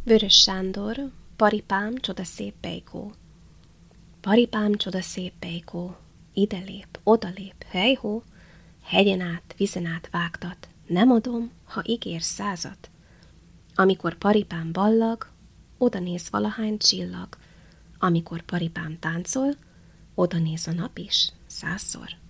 Vörös Sándor, paripám, csodaszép bejkó. Paripám, csodaszép bejkó, ide lép, oda lép, hejhó, hegyen át, vizen át vágtat, nem adom, ha ígérsz 100. Amikor paripám ballag, oda néz valahány csillag, amikor paripám táncol, oda néz a nap is 100-szor.